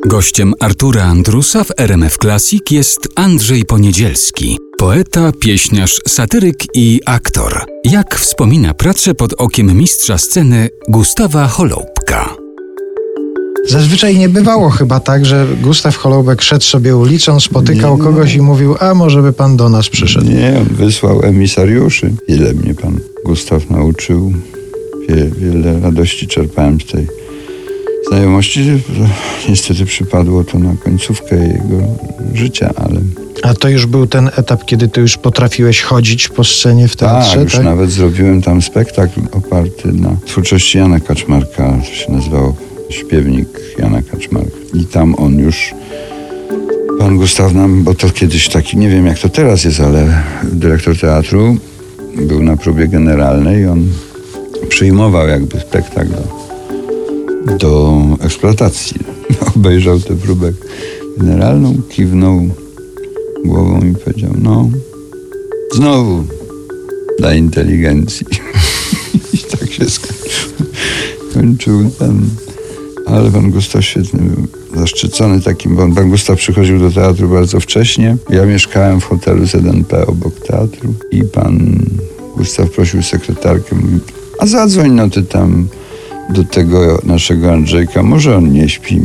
Gościem Artura Andrusa w RMF Classic jest Andrzej Poniedzielski, poeta, pieśniarz, satyryk i aktor. Jak wspomina pracę pod okiem mistrza sceny Gustawa Holoubka. Zazwyczaj nie bywało chyba tak, że Gustaw Holoubek szedł sobie ulicą, spotykał kogoś i mówił: a może by pan do nas przyszedł? Nie, on wysłał emisariuszy. Ile mnie pan Gustaw nauczył. Wiele radości czerpałem z tej znajomości. Niestety przypadło to na końcówkę jego życia, ale... A to już był ten etap, kiedy ty już potrafiłeś chodzić po scenie w teatrze? Tak, już nawet zrobiłem tam spektakl oparty na twórczości Jana Kaczmarka. To się nazywało Śpiewnik Jana Kaczmarka. I tam on już... Pan Gustaw nam, bo to kiedyś taki, nie wiem jak to teraz jest, ale dyrektor teatru był na próbie generalnej. On przyjmował jakby spektakl do eksploatacji. Obejrzał tę próbę generalną, kiwnął głową i powiedział: no, znowu dla inteligencji. I tak się skończył ten. Ale pan Gustaw świetny był, zaszczycony takim, bo pan Gustaw przychodził do teatru bardzo wcześnie. Ja mieszkałem w hotelu ZNP obok teatru i pan Gustaw prosił sekretarkę, mówi: a zadzwoń no ty tam do tego naszego Andrzejka, może on nie śpi.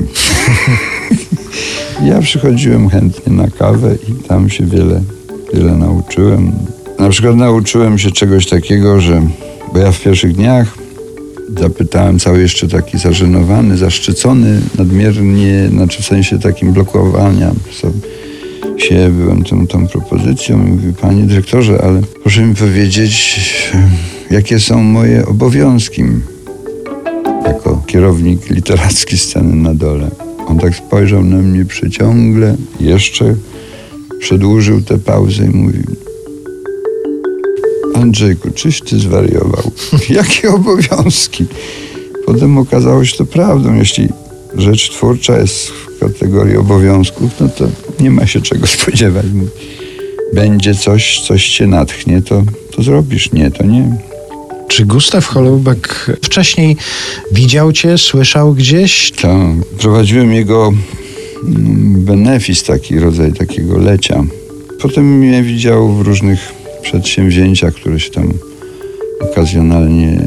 Ja przychodziłem chętnie na kawę i tam się wiele nauczyłem. Na przykład nauczyłem się czegoś takiego, że, bo ja w pierwszych dniach zapytałem, cały jeszcze taki zażenowany, zaszczycony nadmiernie, znaczy w sensie takim blokowania się, byłem tą propozycją i mówił: panie dyrektorze, ale proszę mi powiedzieć, jakie są moje obowiązki jako kierownik literacki sceny na dole. On tak spojrzał na mnie przeciągle, jeszcze przedłużył tę pauzę i mówił: Andrzejku, czyś ty zwariował? Jakie obowiązki? Potem okazało się to prawdą. Jeśli rzecz twórcza jest w kategorii obowiązków, no to nie ma się czego spodziewać. Będzie coś cię natchnie, to zrobisz. Nie, to nie. Czy Gustaw Holoubek wcześniej widział cię, słyszał gdzieś? Tak. Prowadziłem jego benefis, taki rodzaj takiego lecia. Potem mnie widział w różnych przedsięwzięciach, które się tam okazjonalnie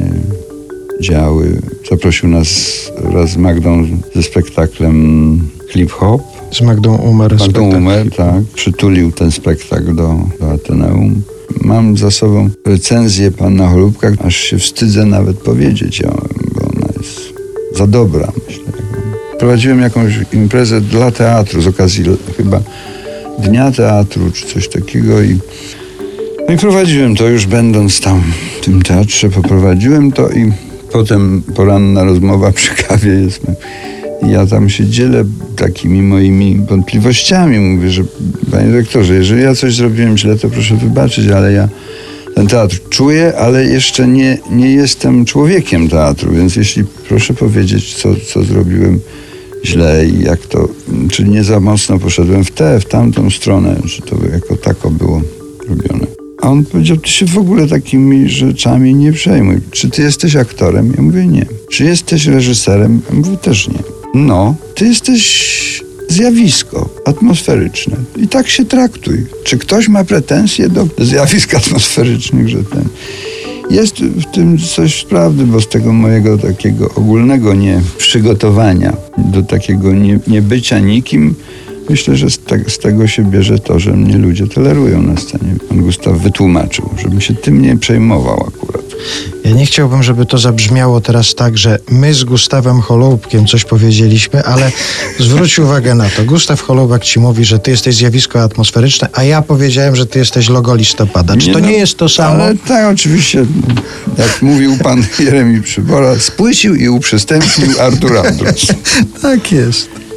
działy. Zaprosił nas raz z Magdą ze spektaklem Hip Hop. Z Magdą Umer. Magdą Umer, tak. Przytulił ten spektakl do Ateneum. Mam za sobą recenzję pana Holoubka, aż się wstydzę nawet powiedzieć, bo ona jest za dobra, myślę. Prowadziłem jakąś imprezę dla teatru z okazji chyba Dnia Teatru czy coś takiego i prowadziłem to, już będąc tam w tym teatrze, poprowadziłem to i potem poranna rozmowa przy kawie jest. Ja tam się dzielę takimi moimi wątpliwościami. Mówię, że panie dyrektorze, jeżeli ja coś zrobiłem źle, to proszę wybaczyć, ale ja ten teatr czuję, ale jeszcze nie jestem człowiekiem teatru, więc jeśli proszę powiedzieć, co zrobiłem źle i jak to, czyli nie za mocno poszedłem w tamtą stronę, czy to jako tako było robione. A on powiedział: ty się w ogóle takimi rzeczami nie przejmuj. Czy ty jesteś aktorem? Ja mówię: nie. Czy jesteś reżyserem? Ja mówię: też nie. No, ty jesteś zjawisko atmosferyczne. I tak się traktuj. Czy ktoś ma pretensje do zjawisk atmosferycznych, że ten... Jest w tym coś prawdy, bo z tego mojego takiego ogólnego nieprzygotowania do takiego niebycia nikim, myślę, że z tego się bierze to, że mnie ludzie tolerują na scenie. Pan Gustaw wytłumaczył, żebym się tym nie przejmował akurat. Ja nie chciałbym, żeby to zabrzmiało teraz tak, że my z Gustawem Holoubkiem coś powiedzieliśmy, ale zwróć uwagę na to. Gustaw Holoubek ci mówi, że ty jesteś zjawisko atmosferyczne, a ja powiedziałem, że ty jesteś logo listopada. Czy to nie jest to samo? Ale tak, oczywiście. Jak mówił pan Jeremi Przybora, spłycił i uprzystępnił Artur Andrus. Tak jest.